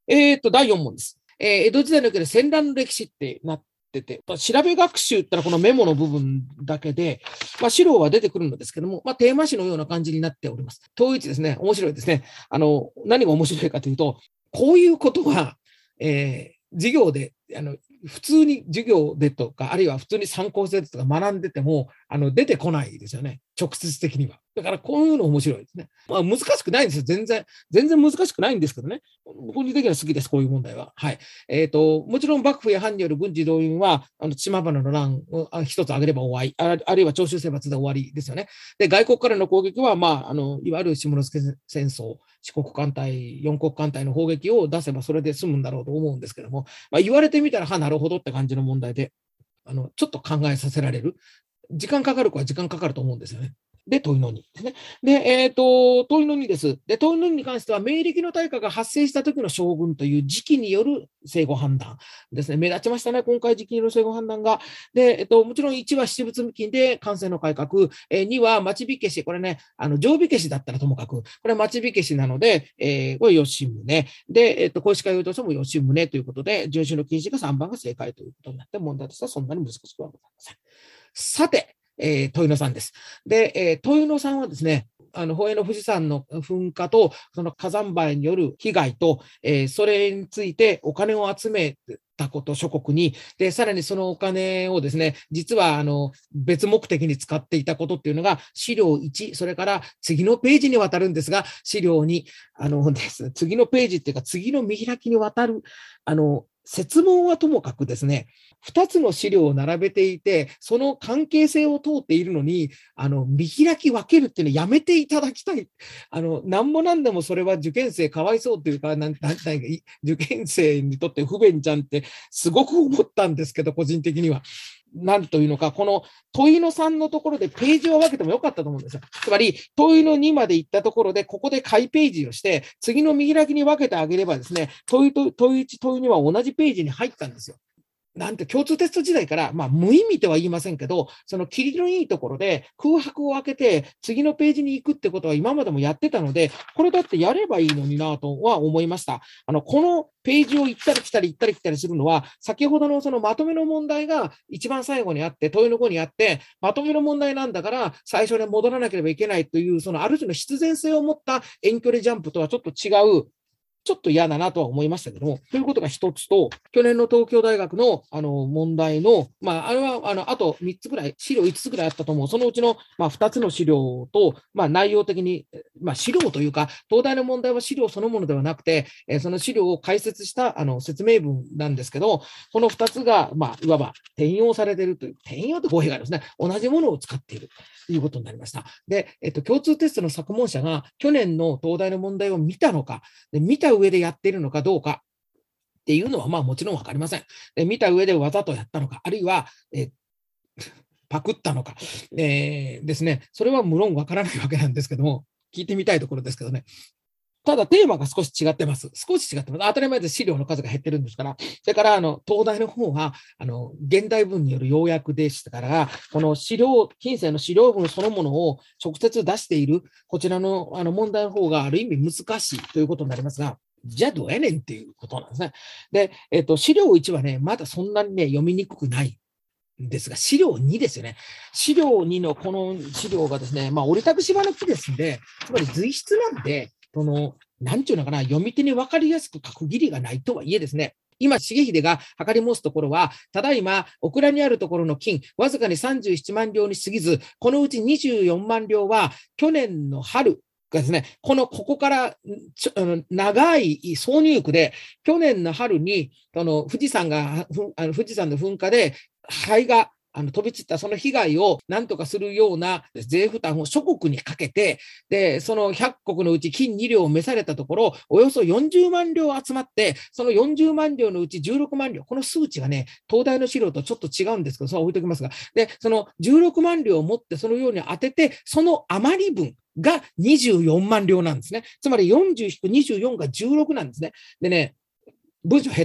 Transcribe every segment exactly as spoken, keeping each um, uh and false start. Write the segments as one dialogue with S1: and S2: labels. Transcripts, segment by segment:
S1: えっと、だいよん問です。えー江戸時代における戦乱の歴史ってなってて、調べ学習ってのはこのメモの部分だけで、まあ、資料は出てくるのですけども、まあ、テーマ誌のような感じになっております。統一ですね、面白いですね。あの、何が面白いかというと、こういうことは、えー授業で、あの、普通に授業でとか、あるいは普通に参考生とか学んでても、あの、出てこないですよね。直接的には。だからこういうの面白いですね。まあ難しくないんですよ。全然。全然難しくないんですけどね。個人的には好きです。こういう問題は。はい。えっ、と、もちろん幕府や藩による軍事動員は、あの、島花の乱を一つ挙げれば終わり、ああるいは長州征伐で終わりですよね。で、外国からの攻撃は、まあ、あの、いわゆる下野戦争、四国艦隊、四国艦隊の砲撃を出せばそれで済むんだろうと思うんですけども、まあ、言われてみたら、は、なるほどって感じの問題で、あの、ちょっと考えさせられる。時間かかる子は時間かかると思うんですよね。で、問いのにですね。で、えっ、と、問いのにです。で、問いのにに関しては、明暦の大火が発生した時の将軍という時期による正誤判断ですね。目立ちましたね、今回時期による正誤判断が。で、えっ、と、もちろんいちは七仏無金で感染の改革、えー、には町火消し、これね、あの、定火消しだったらともかく、これは町火消しなので、えー、これ吉宗。で、えっ、と、小石川優等書も吉宗ということで、遵守の禁止がさんばんが正解ということになって、問題としてはそんなに難しくはございません。さて、えー、問いのさんです。で、えー、問いのさんはですね、あの、宝永の富士山の噴火と、その火山灰による被害と、えー、それについてお金を集めたこと、諸国に、で、さらにそのお金をですね、実は、あの、別目的に使っていたことっていうのが、資料いち、それから次のページにわたるんですが、資料に、あのですね、次のページっていうか、次の見開きにわたる、あの、設問はともかくですね、ふたつの資料を並べていて、その関係性を通っているのに、あの、見開き分けるっていうのやめていただきたい。あの、なんもなんでもそれは受験生かわいそうというか、なん、なん、受験生にとって不便じゃんってすごく思ったんですけど、個人的には。なんというのか、この問いのさんのところでページを分けてもよかったと思うんですよ。つまり、問いのにまで行ったところで、ここで開ページをして、次の見開きに分けてあげればですね、問いと、問いいち、問いには同じページに入ったんですよ。なんて共通テスト時代から、まあ、無意味とは言いませんけど、その切りのいいところで空白を開けて次のページに行くってことは今までもやってたので、これだってやればいいのになとは思いました。あの、このページを行ったり来たり行ったり来たりするのは、先ほどのそのまとめの問題が一番最後にあって、問いの後にあって、まとめの問題なんだから最初に戻らなければいけないという、そのある種の必然性を持った遠距離ジャンプとはちょっと違う、ちょっと嫌だなとは思いましたけども、ということが一つと、去年の東京大学のあの問題の、まあ、あれはあのあとみっつぐらい、資料いつつぐらいあったと思う、そのうちの、まあ、ふたつの資料と、まあ、内容的に、まあ、資料というか、東大の問題は資料そのものではなくて、えー、その資料を解説したあの説明文なんですけど、このふたつが、まあ、いわば転用されているという、転用って語弊がありますね、同じものを使っているということになりました。で、えっと、共通テストの作問者が去年の東大の問題を見たのか、で見た上でやっているのかどうかっていうのは、まあもちろんわかりません。で見た上でわざとやったのか、あるいは、えパクったのか、えー、ですね、それは無論わからないわけなんですけども、聞いてみたいところですけどね。ただテーマが少し違ってます。少し違ってます。当たり前で資料の数が減ってるんですから。それから、あの、東大の方は、あの、現代文による要約でしたから、この資料、近世の資料文そのものを直接出している、こちらのあの問題の方がある意味難しいということになりますが、じゃあどうやねんっていうことなんですね。で、えっと、資料いちはね、まだそんなにね、読みにくくない。ですが、資料にですよね。資料にのこの資料がですね、まあ、折りたく芝の木ですんで、つまり随筆なんで、その、なんていうのかな、読み手に分かりやすく書く切りがないとはいえですね、今、重秀が測り申すところは、ただいま、オクラにあるところの金、わずかにさんじゅうななまん両に過ぎず、このうちにじゅうよんまん両は、去年の春、がですね、この、ここからちょあの長い挿入句で、去年の春に、あの富士山が、あの富士山の噴火で、灰があの飛び散ったその被害を何とかするような税負担を諸国にかけて、で、そのひゃっこくのうち金に両を召されたところ、およそよんじゅうまん両集まって、そのよんじゅうまん両のうちじゅうろくまん両、この数値がね、東大の資料とちょっと違うんですけど、それは置いときますが、で、そのじゅうろくまん両を持ってそのように当てて、その余り分がにじゅうよんまん両なんですね。つまりよんじゅう引くにじゅうよんがじゅうろくなんですね。でね、文章下手。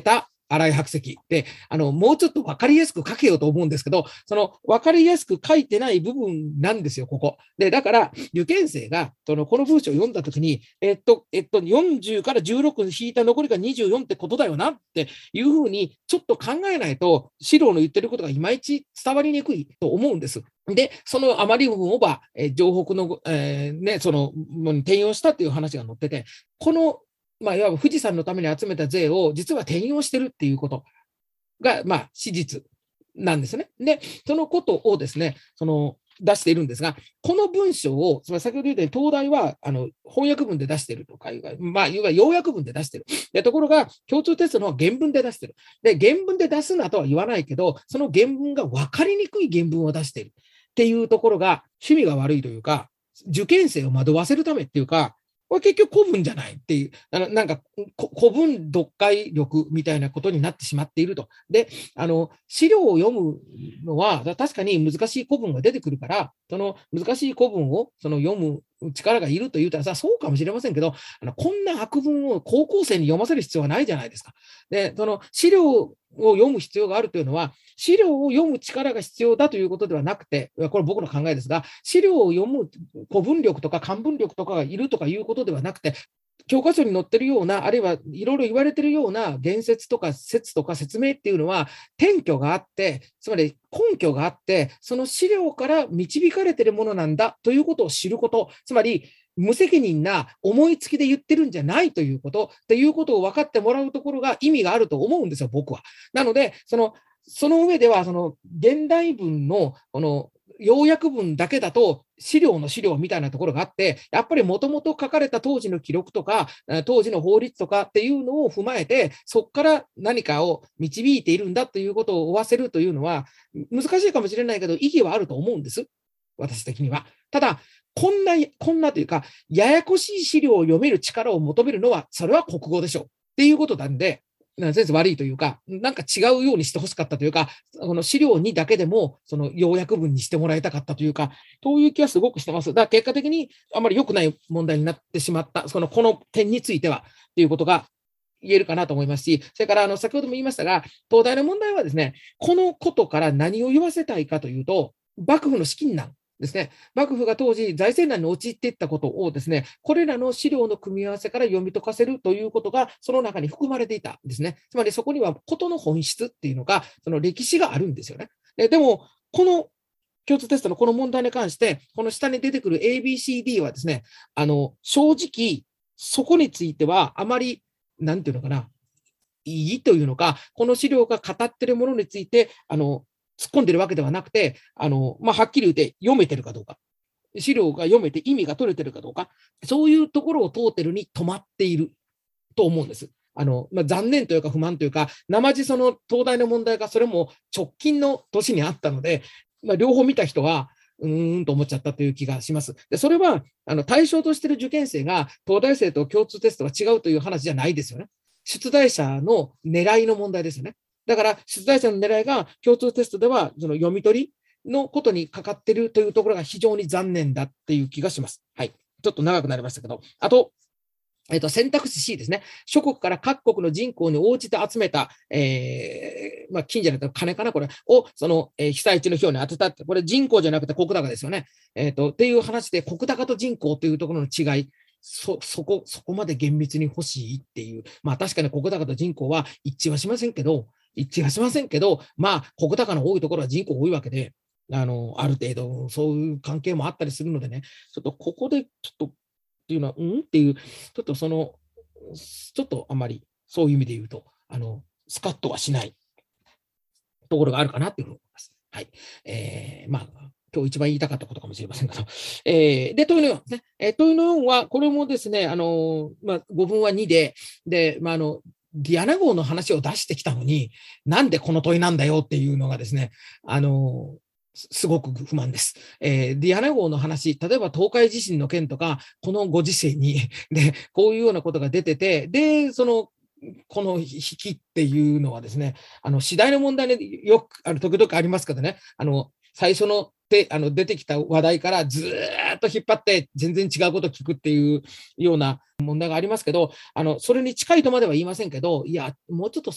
S1: 新井白石で、あの、もうちょっと分かりやすく書けようと思うんですけど、その分かりやすく書いてない部分なんですよ、ここ。で、だから、受験生が、その、この文章を読んだときに、えっと、えっと、よんじゅうからじゅうろく引いた残りがにじゅうよんってことだよなっていうふうに、ちょっと考えないと、資料の言ってることがいまいち伝わりにくいと思うんです。で、その余り部分をば、えー、城北の、えー、ね、その、転用したっていう話が載ってて、この、まあ、いわば富士山のために集めた税を実は転用してるっていうことが、まあ、史実なんですね。で、そのことをですね、その、出しているんですが、この文章を、つまり先ほど言ったように、東大はあの翻訳文で出しているとか、まあ、いわゆる要約文で出している。で、ところが、共通テストの原文で出している。で、原文で出すなとは言わないけど、その原文が分かりにくい原文を出しているっていうところが、趣味が悪いというか、受験生を惑わせるためっていうか、これ結局古文じゃないっていう、あのなんか古文読解力みたいなことになってしまっていると。で、あの資料を読むのは確かに難しい古文が出てくるから、その難しい古文をその読む力がいると言うたらさ、そうかもしれませんけど、あのこんな悪文を高校生に読ませる必要はないじゃないですか。で、その資料を読む必要があるというのは、資料を読む力が必要だということではなくて、これ僕の考えですが、資料を読む古文力とか漢文力とかがいるとかいうことではなくて、教科書に載ってるような、あるいはいろいろ言われてるような言説とか説とか説明っていうのは、典拠があって、つまり根拠があって、その資料から導かれているものなんだということを知ること、つまり無責任な思いつきで言ってるんじゃないということ、っていうことを分かってもらうところが意味があると思うんですよ、僕は。なので、その、その上では、その現代文のこの要約文だけだと資料の資料みたいなところがあって、やっぱりもともと書かれた当時の記録とか、当時の法律とかっていうのを踏まえて、そこから何かを導いているんだということを追わせるというのは、難しいかもしれないけど、意義はあると思うんです。私的には。ただ、こんな、こんなというか、ややこしい資料を読める力を求めるのは、それは国語でしょう。っていうことなんで、先生悪いというか、なんか違うようにしてほしかったというか、この資料にだけでも、その要約文にしてもらいたかったというか、そういう気はすごくしてます。だから結果的にあまり良くない問題になってしまった、そのこの点については、ということが言えるかなと思いますし、それからあの先ほども言いましたが、東大の問題はですね、このことから何を言わせたいかというと、幕府の資金難。ですね、幕府が当時財政難に陥っていったことをですね、これらの資料の組み合わせから読み解かせるということがその中に含まれていたんですね。つまりそこには事の本質っていうのが、その歴史があるんですよね。で、でも、この共通テストのこの問題に関して、この下に出てくる エービーシーディー はですね、あの、正直、そこについてはあまり、なんていうのかな、いいというのか、この資料が語っているものについて、あの、突っ込んでるわけではなくて、あの、まあ、はっきり言って読めてるかどうか。資料が読めて意味が取れてるかどうか。そういうところを通ってるに止まっていると思うんです。あの、まあ、残念というか不満というか、生地その東大の問題がそれも直近の年にあったので、まあ、両方見た人は、うーんと思っちゃったという気がします。で、それは、あの、対象としている受験生が東大生と共通テストが違うという話じゃないですよね。出題者の狙いの問題ですよね。だから、出題者の狙いが共通テストでは、その読み取りのことにかかっているというところが非常に残念だっていう気がします。はい。ちょっと長くなりましたけど。あと、えっと、選択肢 C ですね。諸国から各国の人口に応じて集めた、えー、まあ、金じゃなくて金かな、これを、その、えー、被災地の費用に当てたって、これ人口じゃなくて国高ですよね。えっと、っていう話で、国高と人口というところの違い、そ、そこ、そこまで厳密に欲しいっていう。まあ、確かに国高と人口は一致はしませんけど、一致はしませんけど、まあ、国高の多いところは人口多いわけで、あの、ある程度、そういう関係もあったりするのでね、ちょっとここで、ちょっと、っていうのは、うんっていう、ちょっとその、ちょっとあんまり、そういう意味で言うと、あの、スカッとはしないところがあるかなっていうふうに思います。はい。えー、まあ、今日一番言いたかったことかもしれませんけど。えー、で、問いのよんですね。えー、問いのよんは、これもですね、あの、まあ、語文はにで、で、まあ、あの、ディアナ号の話を出してきたのに、なんでこの問いなんだよっていうのがですね、あの、すごく不満です。えー、ディアナ号の話、例えば東海地震の件とか、このご時世に、で、こういうようなことが出てて、で、その、この引きっていうのはですね、あの、次第の問題によく、あの、時々ありますけどね、あの、最初のであの出てきた話題からずっと引っ張って全然違うことを聞くっていうような問題がありますけど、あのそれに近いとまでは言いませんけど、いや、もうちょっとその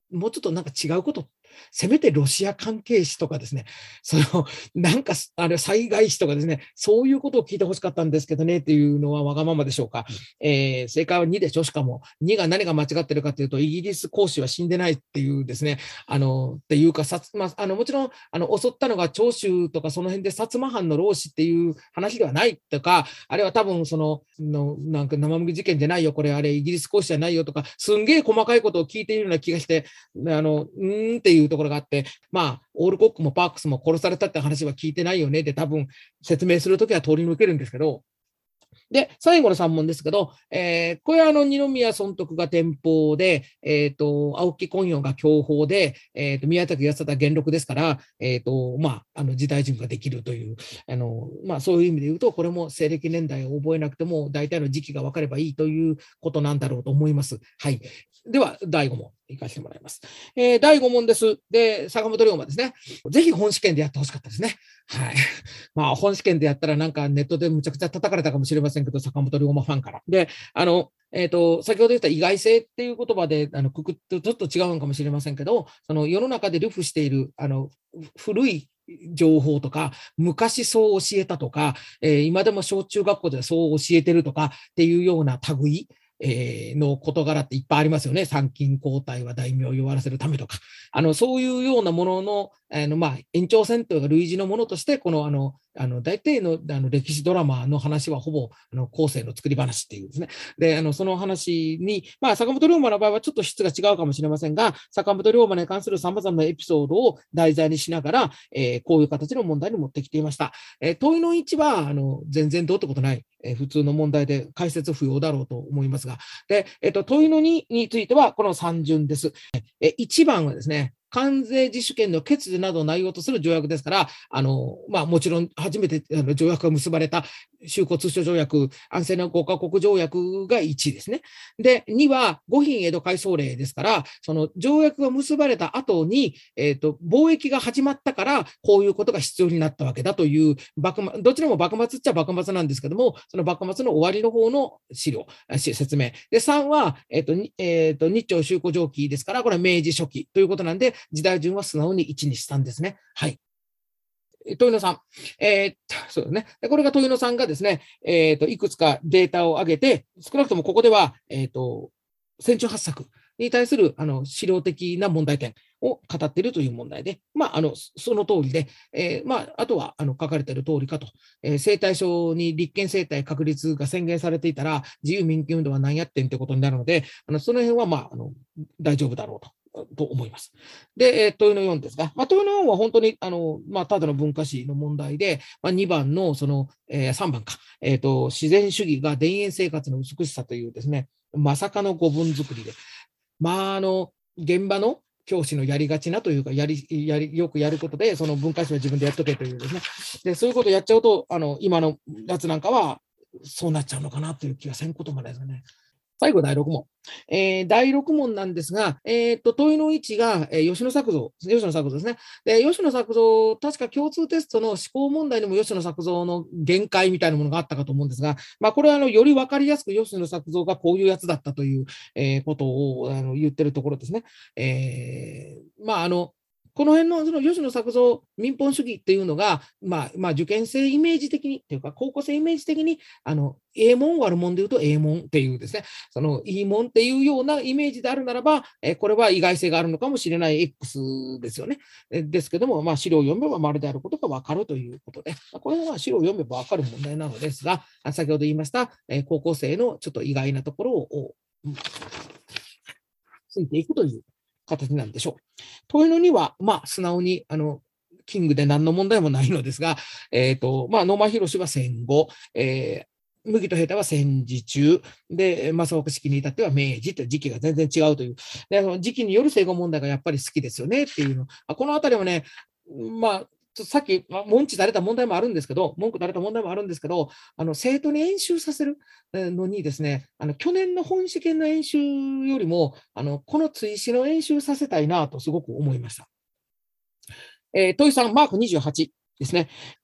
S1: もうちょっとなんか違うこと、せめてロシア関係史とかですね、そのなんかあれ災害史とかですね、そういうことを聞いてほしかったんですけどねっていうのはわがままでしょうか。えー、正解はにでしょ。しかもにが何が間違ってるかというと、イギリス公使は死んでないっていうですね、あのっていうか、さつまあ、あのもちろんあの襲ったのが長州とかその辺で薩摩藩の浪士っていう話ではないとか、あれは多分そののなんか生麦事件じゃないよ、これあれイギリス公使じゃないよとか、すんげえ細かいことを聞いているような気がして、あのうーんっていうところがあって、まあオールコックもパークスも殺されたって話は聞いてないよねで多分説明するときは通り抜けるんですけど。で、最後のさん問ですけど、えー、これはあの二宮尊徳が天保で、えっ、ー、と、青木昆陽が享保で、えっ、ー、と、宮崎康忠元禄ですから、えっ、ー、と、まあ、あの時代順ができるという、あの、まあ、そういう意味で言うと、これも西暦年代を覚えなくても、大体の時期が分かればいいということなんだろうと思います。はい。では、だいご問いかせてもらいます。えー、だいご問です。で、坂本龍馬ですね。ぜひ本試験でやってほしかったですね。はい。まあ、本試験でやったらなんかネットでむちゃくちゃ叩かれたかもしれませんけど、坂本龍馬ファンから。で、あの、えっ、ー、と、先ほど言った意外性っていう言葉で、あの、くくってちょっと違うのかもしれませんけど、その世の中で流布している、あの、古い情報とか、昔そう教えたとか、えー、今でも小中学校でそう教えてるとかっていうような類、えー、の事柄っていっぱいありますよね。参勤交代は大名を弱らせるためとか。あの、そういうようなものの、あの、まあ、延長線というか類似のものとして、この、あの、あの、大体の、あの、歴史ドラマの話はほぼ、あの、後世の作り話っていうですね。で、あの、その話に、まあ、坂本龍馬の場合はちょっと質が違うかもしれませんが、坂本龍馬に関する様々なエピソードを題材にしながら、えー、こういう形の問題に持ってきていました。えー、問いの位置は、あの、全然どうってことない、えー、普通の問題で解説不要だろうと思いますが、で、えっと、問いのにについては、このさん順です。え、いちばんはですね、関税自主権の欠如などを内容とする条約ですから、あの、まあ、もちろん初めてあの条約が結ばれた修好通商条約、安政のごカ国条約がいちですね。で、には五品江戸改装令ですから、その条約が結ばれた後に、えっと、貿易が始まったから、こういうことが必要になったわけだという、幕末どちらも幕末っちゃ幕末なんですけども、その幕末の終わりの方の資料、説明。で、さんは、えっと、えっと、日朝修好条記ですから、これは明治初期ということなんで、時代順は素直にいちにしたんですね。はい。豊野さん。えー、そうですね。これが豊野さんがですね、えっと、いくつかデータを上げて、少なくともここでは、えっと、船長八策に対する、あの、資料的な問題点を語っているという問題で、まあ、あの、その通りで、えー、まあ、あとは、あの、書かれている通りかと。えー、政体上に立憲政体確立が宣言されていたら、自由民権運動は何やってんってことになるので、あの、その辺は、まあ、あの、大丈夫だろうと。と思います。で、えー、問いのよんですが、まあ、問いのよんは本当に、あの、まあ、ただの文化史の問題で、まあ、にばんの、その、えー、さんばんか、えっと、自然主義が田園生活の美しさというですね、まさかの語文作りで、まあ、あの、現場の教師のやりがちなというか、やり、やり、よくやることで、その文化史は自分でやっとけというですね。で、そういうことをやっちゃうと、あの、今のやつなんかは、そうなっちゃうのかなという気がせんこともないですね。最後、だいろく問。えー、だいろく問なんですが、えー、と問いの位置が、えー、吉野作造、吉野作造ですね。で、吉野作造、確か共通テストの思考問題にも吉野作造の限界みたいなものがあったかと思うんですが、まあ、これはあのより分かりやすく吉野作造がこういうやつだったという、えー、ことをあの言ってるところですね。えー、まあ、あの、この辺のその吉野作造民本主義っていうのが、まあ、まあ、受験生イメージ的にっていうか、高校生イメージ的に、あの、ええもん、悪もんで言うとええもんっていうですね、そのいいもんっていうようなイメージであるならば、えこれは意外性があるのかもしれない X ですよね。ですけども、まあ、資料を読めば丸であることがわかるということで、これは資料を読めばわかる問題なのですが、先ほど言いました、え高校生のちょっと意外なところを、ついていくという形なんでしょう。問いのには、まあ、素直に、あの、キングで何の問題もないのですが、えっ、ー、と、まあ、野間博は戦後、えー、麦と平太は戦時中、で、正岡式に至っては明治という時期が全然違うという、で、その時期による整合問題がやっぱり好きですよねっていうの。このあたりはね、まあ、さっき、まあ、文知された問題もあるんですけど、文句された問題もあるんですけど、あの生徒に演習させるのにですね、あの去年の本試験の演習よりも、あのこの追試の演習させたいなとすごく思いました。えー、問いさん、マークにじゅうはちですね。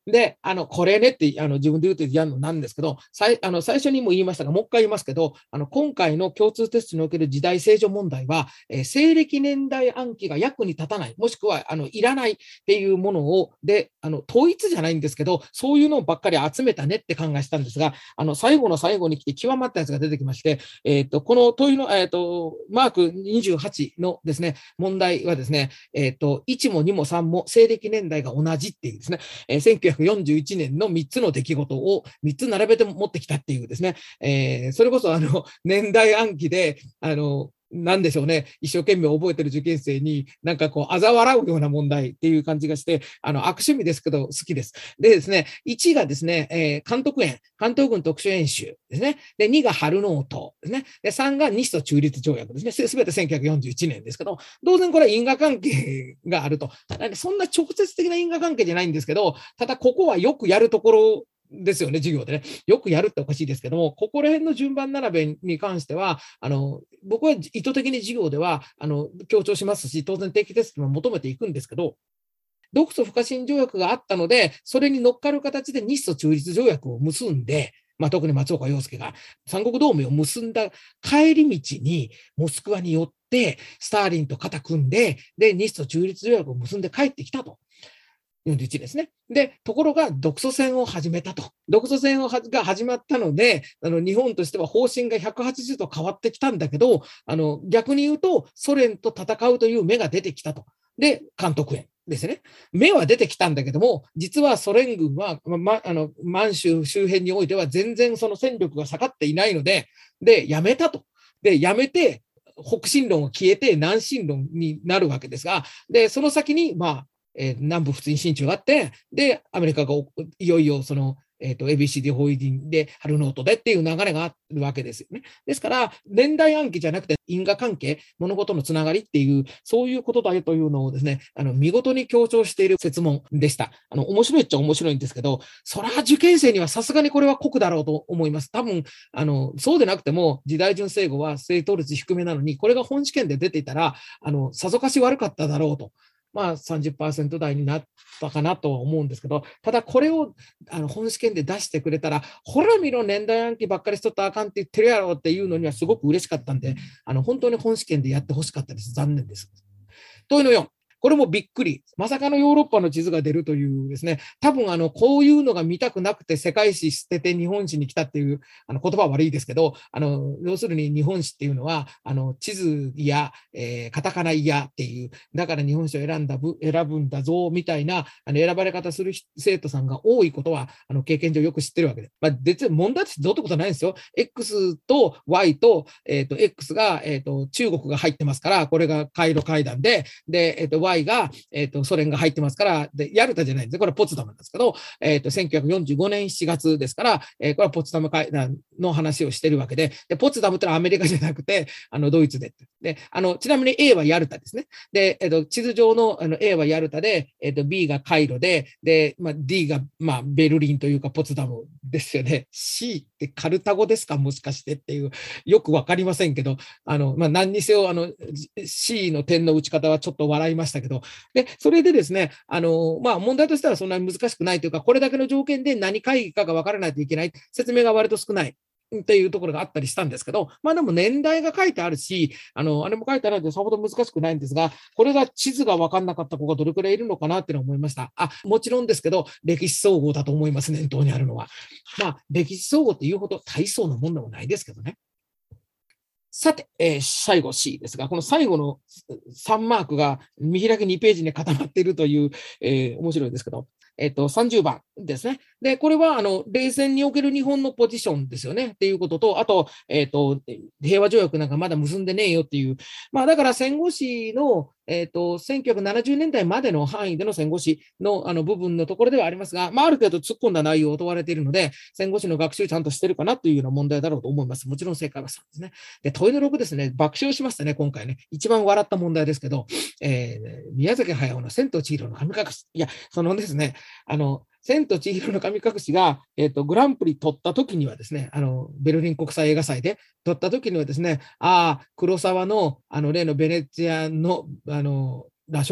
S1: で、あの、これねって、あの、自分で言うとやるのなんですけど、最あの最初にも言いましたが、もう一回言いますけど、あの、今回の共通テストにおける時代正序問題は、えー西暦年代暗記が役に立たない、もしくは、あの、いらないっていうものを、で、あの、統一じゃないんですけど、そういうのばっかり集めたねって考えしたんですが、あの、最後の最後に来て極まったやつが出てきまして、えっと、この問いの、えっと、マークにじゅうはちのですね、問題はですね、えっと、いちもにもさんも西暦年代が同じっていうですね、えーせんきゅうひゃくよんじゅういちねんのみっつの出来事をみっつ並べて持ってきたっていうですね、えー、それこそあの年代暗記で、あの、なんでしょうね、一生懸命覚えてる受験生に、なんかこう、嘲笑うような問題っていう感じがして、あの、悪趣味ですけど、好きです。でですね、いちがですね、えー、監督園、関東軍特殊演習ですね。で、にが春ノートですね。で、さんが日ソ中立条約ですね。すべてせんきゅうひゃくよんじゅういちねんですけど、当然これは因果関係があると。そんな直接的な因果関係じゃないんですけど、ただここはよくやるところですよね、授業でね。よくやるっておかしいですけども、ここら辺の順番並べに関しては、あの、僕は意図的に授業では、あの、強調しますし、当然定期テストも求めていくんですけど、独ソ不可侵条約があったので、それに乗っかる形で日ソ中立条約を結んで、まあ、特に松岡洋介が三国同盟を結んだ帰り道にモスクワに寄って、スターリンと肩組んで、で、日ソ中立条約を結んで帰ってきたと。よんじゅういちですね。で、ところが独ソ戦を始めたと。独ソ戦をはが始まったので、あの日本としては方針がひゃくはちじゅうど変わってきたんだけど、あの逆に言うと、ソ連と戦うという目が出てきたと。で、監督園ですね。目は出てきたんだけども、実はソ連軍は、ま、あの満州周辺においては全然その戦力が下がっていないので、で、やめたと。で、やめて、北進論が消えて南進論になるわけですが、で、その先に、まあ、えー、南部仏印進駐があって、で、アメリカがいよいよその、えっ、ー、と、エービーシーディー ホイディンで、春ノートでっていう流れがあるわけですよね。ですから、年代暗記じゃなくて因果関係、物事のつながりっていう、そういうことだというのをですね、あの、見事に強調している設問でした。あの、面白いっちゃ面白いんですけど、そら受験生にはさすがにこれは酷だろうと思います。多分、あの、そうでなくても、時代順正語は正答率低めなのに、これが本試験で出ていたら、あの、さぞかし悪かっただろうと。まあさんじゅっパーセント台になったかなとは思うんですけど、ただこれをあの本試験で出してくれたら、ほら見ろ、年代暗記ばっかりしとったらあかんって言ってるやろっていうのにはすごく嬉しかったんで、あの本当に本試験でやってほしかったです。残念です。問いのよん。これもびっくり。まさかのヨーロッパの地図が出るというですね、多分あの、こういうのが見たくなくて世界史捨てて日本史に来たっていう、あの、言葉は悪いですけど、あの、要するに日本史っていうのは、あの、地図や、えー、カタカナやっていう、だから日本史を選んだ、選ぶんだぞ、みたいな、あの、選ばれ方する生徒さんが多いことは、あの、経験上よく知ってるわけで。まあ、別に問題ってどうってことはないんですよ。X と Y と、えっ、ー、と、X が、えっ、ー、と、中国が入ってますから、これが回路会談で、で、えっ、ー、と、Y が、えっ、と、ソ連が入ってますから、で、ヤルタじゃないんですね。これはポツダムなんですけど、えっ、と、せんきゅうひゃくよんじゅうごねんしちがつですから、えー、これはポツダム会談の話をしてるわけで、で、ポツダムってのはアメリカじゃなくて、あの、ドイツで。で、あの、ちなみに A はヤルタですね。で、えっ、と、地図上のあの A はヤルタで、えっ、と、B がカイロで、で、まあ、D が、まあ、ベルリンというかポツダムですよね。C ってカルタゴですかもしかしてっていう、よくわかりませんけど、あの、まあ、何にせよ、あの、C の点の打ち方はちょっと笑いましたけど、で、それでですね、あの、まあ、問題としてはそんなに難しくないというか、これだけの条件で何会議かが分からないといけない、説明が割と少ない。っていうところがあったりしたんですけど、まあでも年代が書いてあるし、あの、あれも書いてあるのでさほど難しくないんですが、これが地図が分かんなかった子がどれくらいいるのかなっていうのを思いました。あ、もちろんですけど、歴史総合だと思います、念頭にあるのは。まあ、歴史総合っていうほど大層なもんでもないですけどね。さて、えー、最後 C ですが、この最後のさんマークが見開きにページに固まっているという、えー、面白いですけど、えっと、さんじゅうばんですね。で、これは、あの、冷戦における日本のポジションですよね。っていうことと、あと、えっと、平和条約なんかまだ結んでねえよっていう。まあ、だから戦後史の、えっと、せんきゅうひゃくななじゅうねんだいまでの範囲での戦後史のあの部分のところではありますが、まあ、ある程度突っ込んだ内容を問われているので、戦後史の学習ちゃんとしてるかなというような問題だろうと思います。もちろん正解はさんですね。で、問いのろくですね、爆笑しましたね、今回ね。一番笑った問題ですけど、えー、宮崎駿の千と千尋の神隠し。いや、そのですね、あの、千と千尋の神隠しが、えっと、グランプリ取った時にはですね、あの、ベルリン国際映画祭で取った時にはですね、ああ、黒沢の、あの、例のベネチアの、あの、羅生門、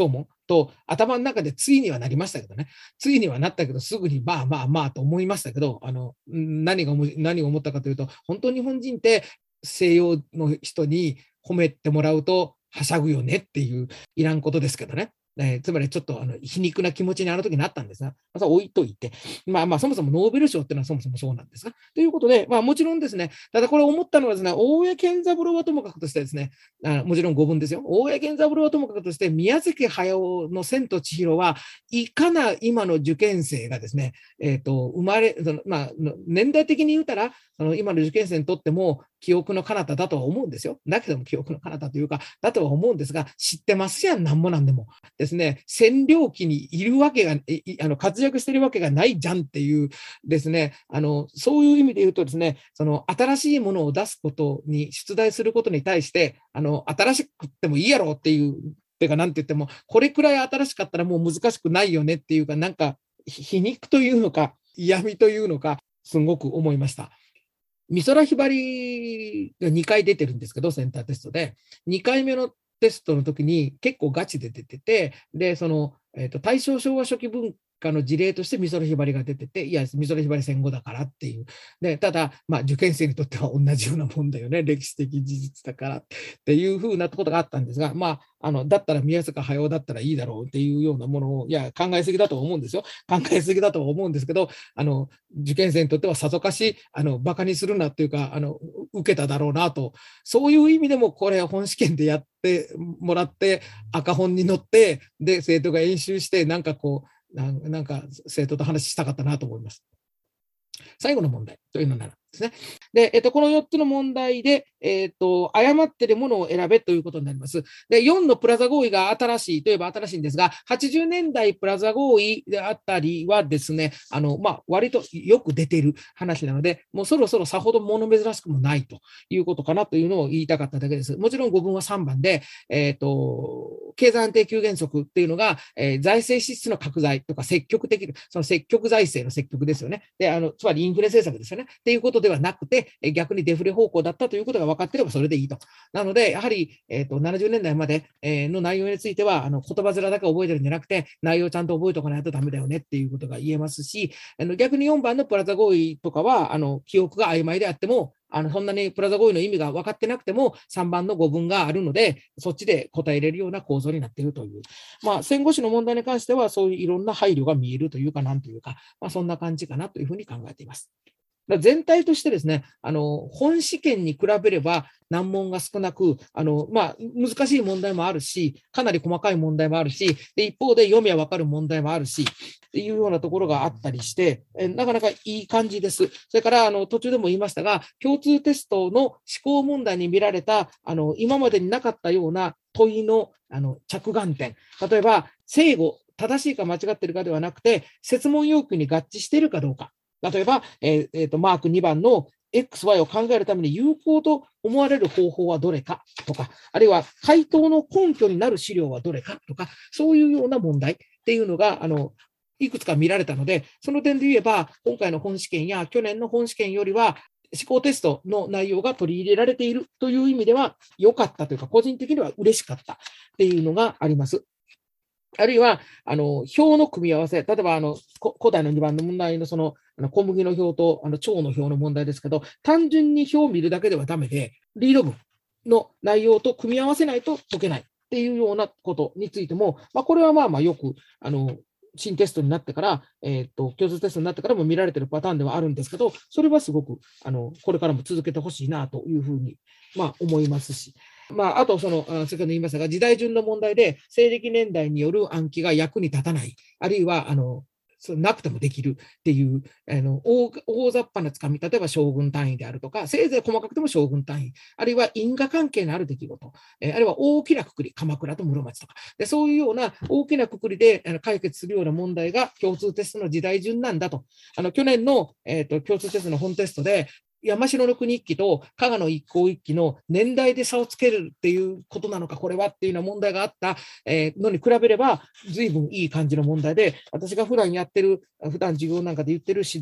S1: と頭の中でついにはなりましたけどね。ついにはなったけど、すぐにまあまあまあと思いましたけど、あの、何が、何を思ったかというと、本当に日本人って西洋の人に褒めてもらうとはしゃぐよねっていういらんことですけどね。えー、つまりちょっとあの皮肉な気持ちにあの時なったんですが、まあ、置いといて、まあまあそもそもノーベル賞っていうのはそもそもそうなんですが、ということで、まあもちろんですね、ただこれ思ったのはですね、大江健三郎はともかくとしてですね、あもちろんごぶんですよ。大江健三郎はともかくとして、宮崎駿の千と千尋はいかな今の受験生がですね、えっ、ー、と、生まれ、そのまあ、年代的に言うたら、その今の受験生にとっても記憶の彼方だとは思うんですよ。だけども記憶の彼方というか、だとは思うんですが、知ってますやん、なんもなんでも。ですね、占領期にいるわけが、あの活躍しているわけがないじゃんっていうですね、あの、そういう意味で言うとですね、その新しいものを出すことに、出題することに対して、あの、新しくってもいいやろっていう、っていうか、なんて言っても、これくらい新しかったらもう難しくないよねっていうか、なんか、皮肉というのか、嫌味というのか、すごく思いました。美空ひばりがにかい出てるんですけど、センターテストで、にかいめのテストの時に結構ガチで出てて、で、その、えーと、大正昭和初期文化の事例として美空ひばりが出てて、いや、美空ひばり戦後だからっていう。で、ただ、まあ、受験生にとっては同じようなもんだよね、歴史的事実だからっていうふうなことがあったんですが、まあ、あの、だったら宮坂駿だったらいいだろうっていうようなものを、いや、考えすぎだと思うんですよ。考えすぎだと思うんですけど、あの、受験生にとってはさぞかし、あの、馬鹿にするなっていうか、あの、受けただろうなと、そういう意味でも、これ、本試験でやってもらって、赤本に乗って、で、生徒が演習して、なんかこう、なんか生徒と話したかったなと思います。最後の問題というのならですね。で、えっと、このよっつの問題で、えっと、誤ってるものを選べということになります。で、よんのプラザ合意が新しいといえば新しいんですが、はちじゅうねんだいプラザ合意であったりはですね、あの、まあ、割とよく出ている話なので、もうそろそろさほど物珍しくもないということかなというのを言いたかっただけです。もちろん語文はさんばんで、えっと、経済安定給原則っていうのが、えー、財政支出の拡大とか積極的、その積極財政の積極ですよね。で、あの、つまりインフレ政策ですよね。っていうことではなくて、逆にデフレ方向だったということが分かっていればそれでいいと。なので、やはり、えーと、ななじゅうねんだいまでの内容については、あの言葉面だけ覚えてるんじゃなくて、内容をちゃんと覚えておかないとダメだよねっていうことが言えますし、あの逆によんばんのプラザ合意とかは、あの記憶が曖昧であっても、あのそんなにプラザ合意の意味が分かってなくても、さんばんの語文があるので、そっちで答えれるような構造になっているという。まあ、戦後史の問題に関しては、そういういろんな配慮が見えるというか、なんというか、まあ、そんな感じかなというふうに考えています。全体としてですね、あの本試験に比べれば難問が少なく、あのまあ、難しい問題もあるし、かなり細かい問題もあるし、で一方で読みは分かる問題もあるし、っていうようなところがあったりして、えなかなかいい感じです。それからあの途中でも言いましたが、共通テストの思考問題に見られた、あの今までになかったような問いの、あの着眼点、例えば、正誤、正しいか間違っているかではなくて、設問要求に合致しているかどうか。例えば、えーえーと、マークにばんの エックスワイ を考えるために有効と思われる方法はどれかとか、あるいは回答の根拠になる資料はどれかとか、そういうような問題っていうのが、あの、いくつか見られたので、その点で言えば、今回の本試験や去年の本試験よりは、思考テストの内容が取り入れられているという意味では良かったというか、個人的には嬉しかったっていうのがあります。あるいは、あの、表の組み合わせ、例えば、あの、古代のにばんの問題のその、あの小麦の表と、あの、蝶の表の問題ですけど、単純に表を見るだけではダメで、リード文の内容と組み合わせないと解けないっていうようなことについても、まあ、これはまあまあよく、あの、新テストになってから、えっと、共通テストになってからも見られているパターンではあるんですけど、それはすごく、あの、これからも続けてほしいなというふうに、まあ、思いますし、まあ、あと、その、先ほど言いましたが、時代順の問題で、西暦年代による暗記が役に立たない、あるいは、あの、そなくてもできるっていう、あの 大, 大雑把なつかみ、例えば将軍単位であるとか、せいぜい細かくても将軍単位、あるいは因果関係のある出来事、えー、あるいは大きなくくり、鎌倉と室町とかで、そういうような大きなくくりで解決するような問題が共通テストの時代順なんだと。あの去年の、えーと、共通テストの本テストで、山城の国一揆と加賀の一向一揆の年代で差をつけるっていうことなのか、これはっていうような問題があったのに比べれば、随分いい感じの問題で、私が普段やってる、普段授業なんかで言ってる指導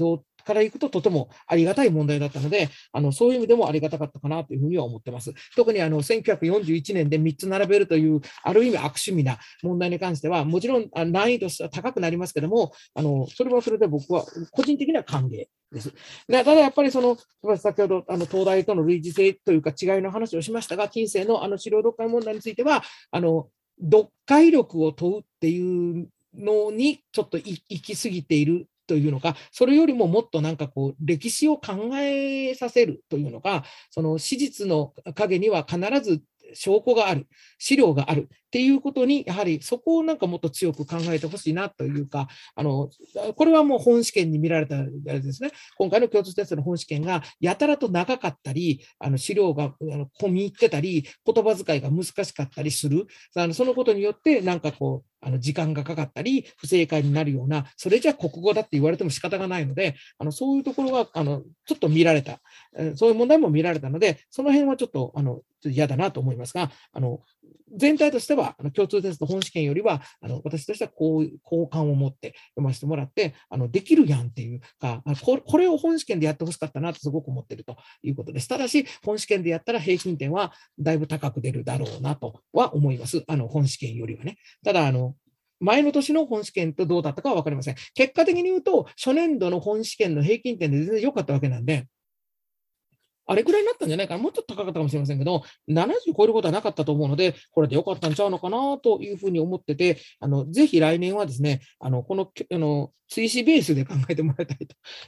S1: からいくととてもありがたい問題だったので、あのそういう意味でもありがたかったかなというふうには思ってます。特にあのせんきゅうひゃくよんじゅういちねんでみっつ並べるという、ある意味悪趣味な問題に関しては、もちろん難易度は高くなりますけども、あのそれはそれで僕は個人的には歓迎です。ただやっぱりその、先ほどあの東大との類似性というか違いの話をしましたが、近世のあの資料読解問題については、あの読解力を問うっていうのにちょっと行き過ぎているというのか、それよりももっとなんかこう歴史を考えさせるというのか、その史実の陰には必ず証拠がある、資料があるっていうことに、やはりそこをなんかもっと強く考えてほしいなというか、あのこれはもう本試験に見られたあれですね、今回の共通テストの本試験がやたらと長かったり、あの資料があの込み入ってたり、言葉遣いが難しかったりする、あのそのことによって、なんかこう、あの時間がかかったり、不正解になるような、それじゃ国語だって言われても仕方がないので、あのそういうところがあのちょっと見られた、そういう問題も見られたので、その辺はちょっとあの嫌だなと思いますが、あの全体としては、あの共通テスト本試験よりは、あの私としてはこう好感を持って読ませてもらって、あのできるやんっていうかこ、これを本試験でやってほしかったなとすごく思っているということです。ただし、本試験でやったら平均点はだいぶ高く出るだろうなとは思います。あの本試験よりはね。ただ、あの前の年の本試験とどうだったかは分かりません。結果的に言うと、初年度の本試験の平均点で全然良かったわけなんで、あれぐらいになったんじゃないかな、もうちょっと高かったかもしれませんけど、ななじゅう超えることはなかったと思うので、これで良かったんちゃうのかなというふうに思ってて、あのぜひ来年はですね、あのこのあの追試ベースで考えてもらいたいと